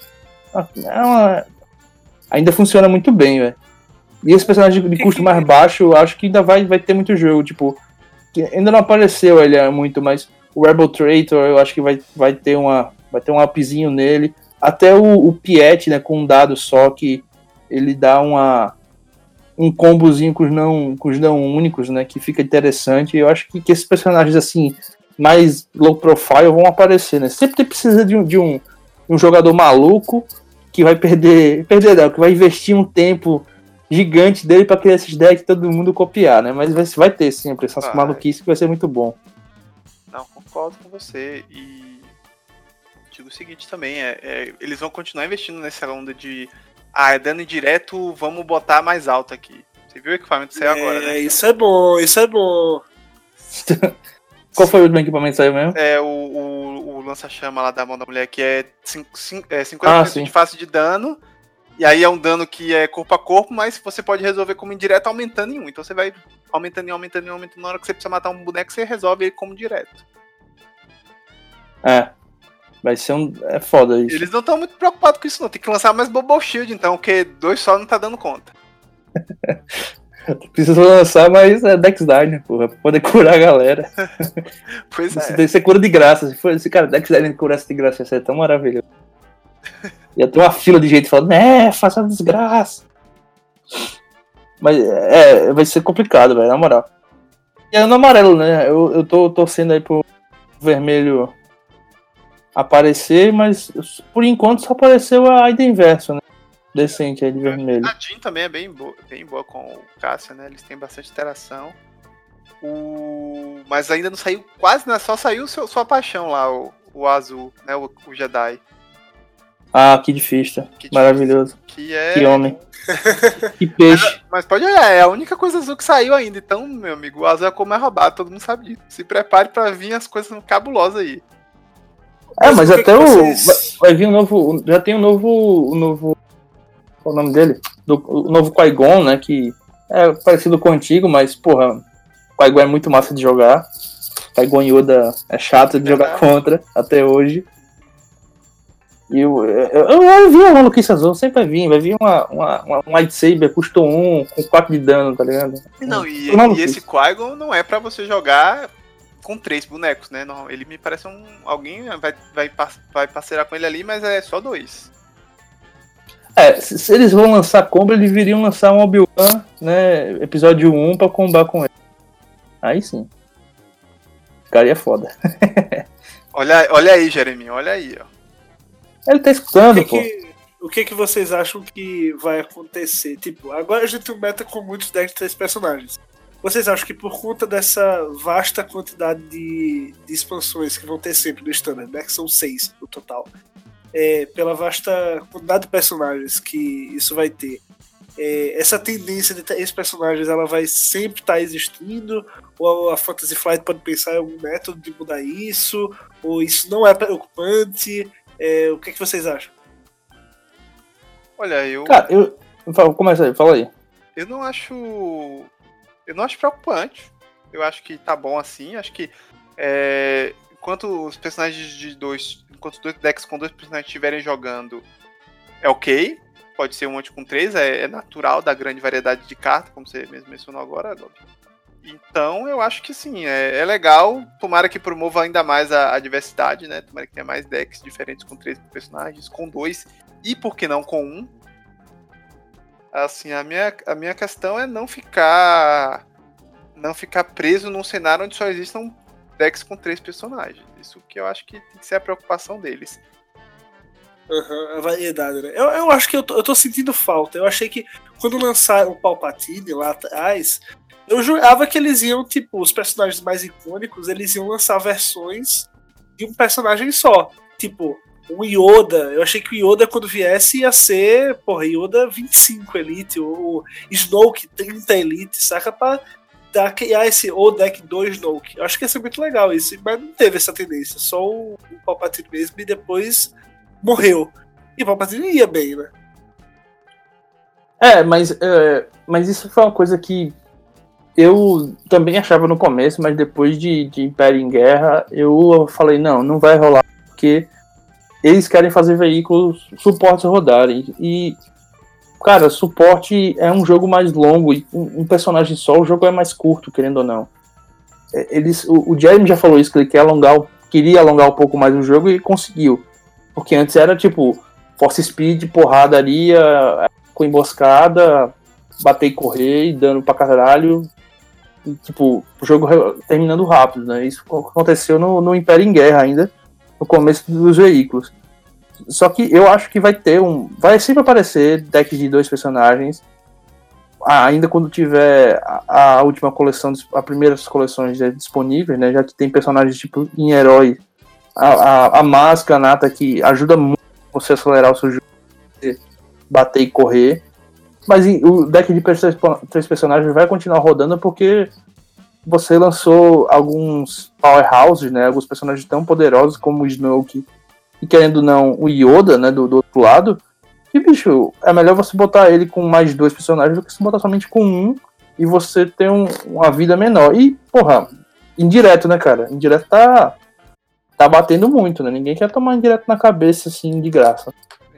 Ainda funciona muito bem, velho. E esse personagem de custo mais baixo, eu acho que ainda vai ter muito jogo, tipo... Que ainda não apareceu ele muito, mas o Rebel Traitor, eu acho que vai ter um upzinho nele. Até o Piet, né, com um dado só, que ele dá um combozinho com os não únicos, né, que fica interessante. Eu acho que esses personagens, assim, mais low profile vão aparecer, né? Sempre precisa de um jogador maluco que vai perder não, que vai investir um tempo gigante dele pra criar esses decks e todo mundo copiar, né? Mas vai ter sempre essas maluquices que vai ser muito bom. Não, concordo com você. E digo o seguinte também, eles vão continuar investindo nessa onda de é dano indireto, vamos botar mais alto aqui. Você viu o equipamento que saiu agora, né? Isso é bom, isso é bom. Qual foi o último equipamento que saiu mesmo? É o lança-chama lá da mão da mulher, que é 50% de face de dano. E aí é um dano que é corpo a corpo, mas você pode resolver como indireto aumentando em 1. Então você vai aumentando. Na hora que você precisa matar um boneco, você resolve ele como direto. Vai ser é foda isso. Eles não estão muito preocupados com isso, não. Tem que lançar mais Bubble Shield, então, porque 2 só não tá dando conta. Precisa lançar mais Dex Darden, porra, pra poder curar a galera. Pois é. Você cura de graça. Se for esse cara, Dex Darden curasse de graça, ia ser tão maravilhoso. Ia ter uma fila de gente falando, faça uma desgraça. Mas vai ser complicado, velho, na moral. E é no amarelo, né? Eu tô torcendo aí pro vermelho aparecer, mas por enquanto só apareceu a Aiden Verso, né? Decente aí de vermelho. A Jean também é bem boa com o Cassian, né? Eles têm bastante interação. Mas ainda não saiu quase, né? Só saiu sua paixão lá, o azul, né? O Jedi. Que difícil. Maravilhoso. Que homem. Que peixe. Mas pode olhar, é a única coisa azul que saiu ainda. Então, meu amigo, o azul é a cor mais roubada, todo mundo sabe disso. Se prepare pra vir as coisas cabulosas aí. Mas até vai vir um novo. Já tem um novo. Qual é o nome dele? O novo Qui-Gon, né? Que é parecido com o antigo, mas, porra, o Qui-Gon é muito massa de jogar. Qui-Gon Yoda é chato de jogar contra até hoje. E eu vi uma maluquice azul, sempre vai vir um lightsaber, custo 1, com 4 de dano, tá ligado? Não, e esse Qui-Gon não é pra você jogar com 3 bonecos, né? Não, ele me parece alguém vai parceirar com ele ali, mas é só 2. Se eles vão lançar combo, eles deveriam lançar um Obi-Wan, né, episódio 1 pra combar com ele. Aí sim. Ficaria foda. Olha aí, Jeremy, olha aí, ó. Ele tá escutando, pô. O que vocês acham que vai acontecer? Tipo, agora a gente tem um meta com muitos decks de 3 personagens. Vocês acham que por conta dessa vasta quantidade de expansões que vão ter sempre no Standard, né? Que são 6 no total. Pela vasta quantidade de personagens que isso vai ter, essa tendência de 3 personagens ela vai sempre estar existindo? Ou a Fantasy Flight pode pensar em algum método de mudar isso? Ou isso não é preocupante? O que vocês acham? Olha, eu... Cara, começa aí, fala aí. Eu não acho preocupante. Eu acho que tá bom assim. Acho que enquanto os decks com 2 personagens estiverem jogando, é ok. Pode ser um monte com 3, é natural da grande variedade de cartas, como você mesmo mencionou agora, Gob. Então eu acho que sim, é legal. Tomara que promova ainda mais a diversidade, né? Tomara que tenha mais decks diferentes com 3 personagens, com 2 e por que não com 1. Assim, a minha questão é não ficar preso num cenário onde só existam decks com 3 personagens. Isso que eu acho que tem que ser a preocupação deles. A variedade, né? Eu acho que eu tô sentindo falta. Eu achei que quando lançaram o Palpatine lá atrás, eu jurava que eles iam, tipo, os personagens mais icônicos, eles iam lançar versões de um personagem só. Tipo, um Yoda. Eu achei que o Yoda, quando viesse, ia ser, Yoda 25 Elite, ou Snoke 30 Elite, saca? Pra criar esse deck 2 Snoke. Eu acho que ia ser muito legal isso, mas não teve essa tendência. Só o Palpatine mesmo, e depois morreu. E o Palpatine ia bem, né? Mas isso foi uma coisa que eu também achava no começo, mas depois de Império em Guerra, eu falei, não vai rolar, porque eles querem fazer veículos suportes rodarem. E, cara, suporte é um jogo mais longo, e um personagem só, o jogo é mais curto, querendo ou não. O Jeremy já falou isso, que ele queria alongar um pouco mais o jogo e conseguiu. Porque antes era tipo Force Speed, porradaria, com emboscada, bater e correr, e dano pra caralho. E, tipo, o jogo terminando rápido, né? Isso aconteceu no Império em Guerra ainda, no começo dos veículos. Só que eu acho que vai sempre aparecer deck de 2 personagens, ainda quando tiver a última coleção, as primeiras coleções disponíveis, né? Já que tem personagens tipo em Herói, a Máscara, a Nata, que ajuda muito você a acelerar o seu jogo, bater e correr. Mas o deck de 3 personagens vai continuar rodando porque você lançou alguns powerhouses, né? Alguns personagens tão poderosos como o Snoke e, querendo ou não, o Yoda, né? Do outro lado. E, bicho, é melhor você botar ele com mais 2 personagens do que você botar somente com 1 e você ter uma vida menor. E, indireto, né, cara? Indireto tá batendo muito, né? Ninguém quer tomar indireto na cabeça, assim, de graça.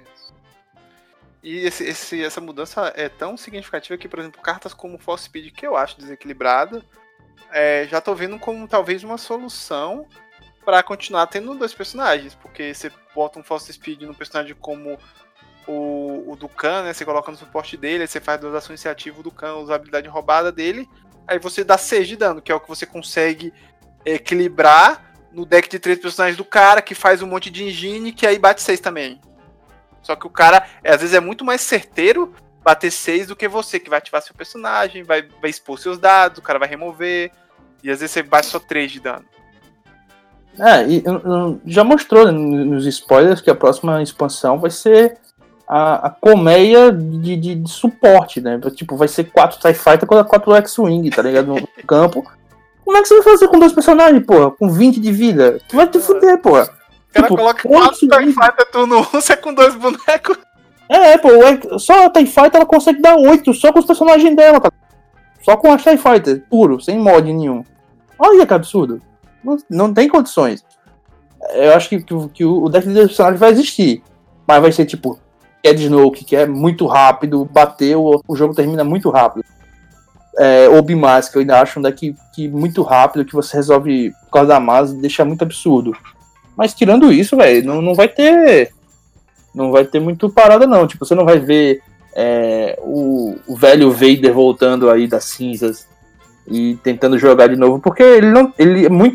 E essa mudança é tão significativa que, por exemplo, cartas como Force Speed, que eu acho desequilibrada, já tô vendo como talvez uma solução para continuar tendo 2 personagens, porque você bota um Force Speed num personagem como o Dukan, né? Você coloca no suporte dele, aí você faz 2 ações iniciativas, o Dukan usa a habilidade roubada dele, aí você dá 6 de dano, que é o que você consegue equilibrar no deck de 3 personagens do cara, que faz um monte de engine, que aí bate 6 também. Só que o cara, às vezes, é muito mais certeiro bater 6 do que você, que vai ativar seu personagem, vai expor seus dados, o cara vai remover, e às vezes você bate só 3 de dano. E já mostrou nos spoilers que a próxima expansão vai ser a colmeia de suporte, né? Tipo, vai ser 4 TIE Fighter contra 4 X-Wing, tá ligado? No campo. Como é que você vai fazer com 2 personagens, porra? Com 20 de vida? Tu vai te fuder, porra. O cara coloca 4 TIE Fighter turno 1, você com 2 bonecos. Só a TIE Fighter ela consegue dar 8 só com os personagens dela, cara. Só com a TIE Fighter, puro, sem mod nenhum. Olha que absurdo. Não tem condições. Eu acho que o deck de personagens vai existir. Mas vai ser tipo Ed Snoke, que é muito rápido, bateu, o jogo termina muito rápido. Obi-Mas, que eu ainda acho um deck que muito rápido, que você resolve por causa da Mas, deixa muito absurdo. Mas tirando isso, velho, não vai ter muito parada, não. Tipo, você não vai ver o velho Vader voltando aí das cinzas e tentando jogar de novo, porque ele é muito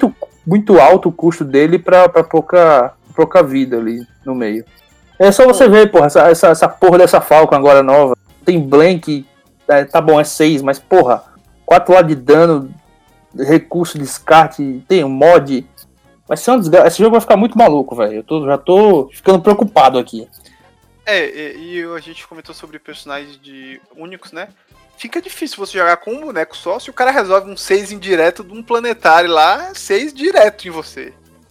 muito alto o custo dele pra pouca vida ali no meio. É só você ver, porra, essa porra dessa Falcon agora nova. Tem Blank, tá bom, é 6, mas porra, 4 lá de dano, recurso, descarte, tem um mod. Vai ser uma desgraça. Esse jogo vai ficar muito maluco, velho. Já tô ficando preocupado aqui. E a gente comentou sobre personagens únicos, né? Fica difícil você jogar com um boneco só se o cara resolve um 6 indireto de um planetário lá, 6 direto em você.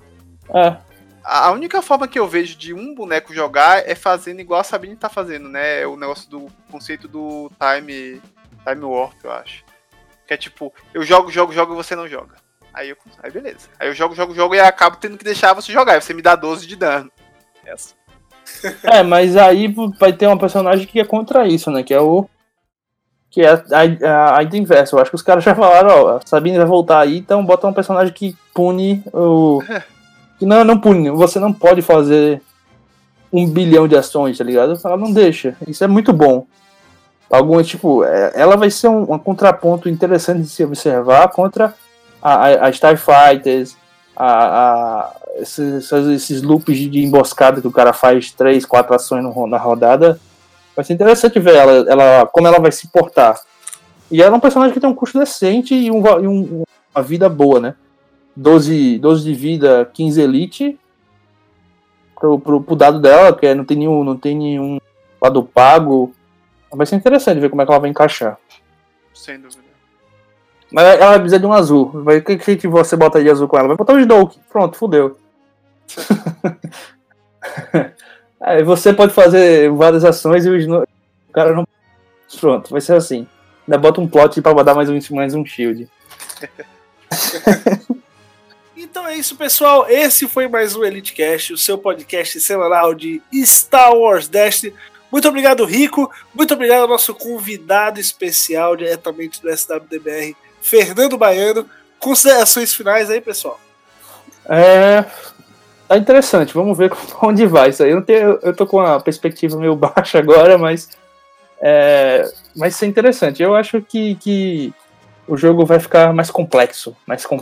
A única forma que eu vejo de um boneco jogar é fazendo igual a Sabine tá fazendo, né? O negócio do conceito do Time Warp, eu acho. Que é tipo, eu jogo e você não joga. Aí beleza. Aí eu jogo e acabo tendo que deixar você jogar. Aí você me dá 12 de dano. Essa. Mas aí vai ter um personagem que é contra isso, né? Que é a inversa. Eu acho que os caras já falaram, ó, a Sabine vai voltar aí, então bota um personagem que pune o... Que não pune, você não pode fazer 1 bilhão de ações, tá ligado? Ela não deixa, isso é muito bom. Ela vai ser um contraponto interessante de se observar contra a Starfighters, esses loops de emboscada que o cara faz 3, 4 ações na rodada. Vai ser interessante ver ela como ela vai se portar. E ela é um personagem que tem um custo decente e uma vida boa, né? 12 de vida, 15 elite pro dado dela, que não tem nenhum lado pago. Vai ser interessante ver como é que ela vai encaixar. Sem dúvida. Mas ela precisa de um azul. O que você bota de azul com ela? Vai botar o Snoke. Pronto, fudeu. Aí você pode fazer várias ações e o cara não... Pronto, vai ser assim. Ainda bota um plot pra dar mais um shield. Então é isso, pessoal. Esse foi mais um EliteCast, o seu podcast semanal de Star Wars Destiny. Muito obrigado, Rico. Muito obrigado ao nosso convidado especial diretamente do SWDBR, Fernando Baiano. Considerações finais aí, pessoal. Tá interessante. Vamos ver onde vai isso aí. Eu tô com uma perspectiva meio baixa agora, mas vai ser interessante. Eu acho que o jogo vai ficar mais complexo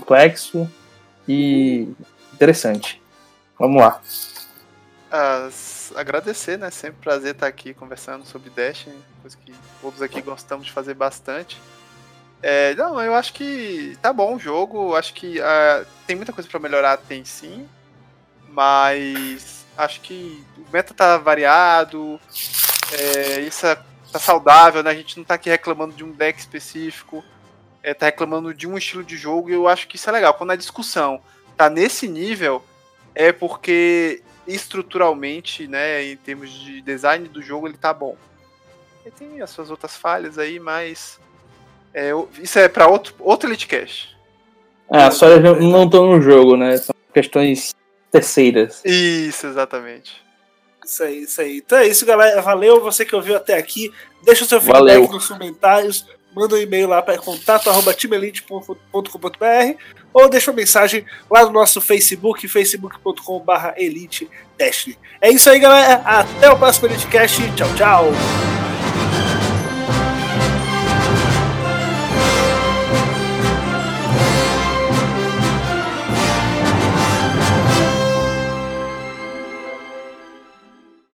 e interessante. Vamos lá. Agradecer, né? Sempre prazer estar aqui conversando sobre Destiny, coisa que todos aqui gostamos de fazer bastante. Eu acho que tá bom o jogo, acho que tem muita coisa pra melhorar, tem sim, mas acho que o meta tá variado, isso tá saudável, né? A gente não tá aqui reclamando de um deck específico, tá reclamando de um estilo de jogo, e eu acho que isso é legal. Quando a discussão tá nesse nível, é porque estruturalmente, né, em termos de design do jogo, ele tá bom. Ele tem as suas outras falhas aí, mas isso é pra outro EliteCast. As falhas não estão no jogo, né? São questões terceiras. Isso, exatamente. Isso aí. Então é isso, galera. Valeu você que ouviu até aqui. Deixa o seu feedback nos comentários. Manda um e-mail lá para contato@teamelite.com.br ou deixa uma mensagem lá no nosso Facebook, facebook.com/EliteDestiny. É isso aí, galera. Até o próximo EliteCast. Tchau, tchau.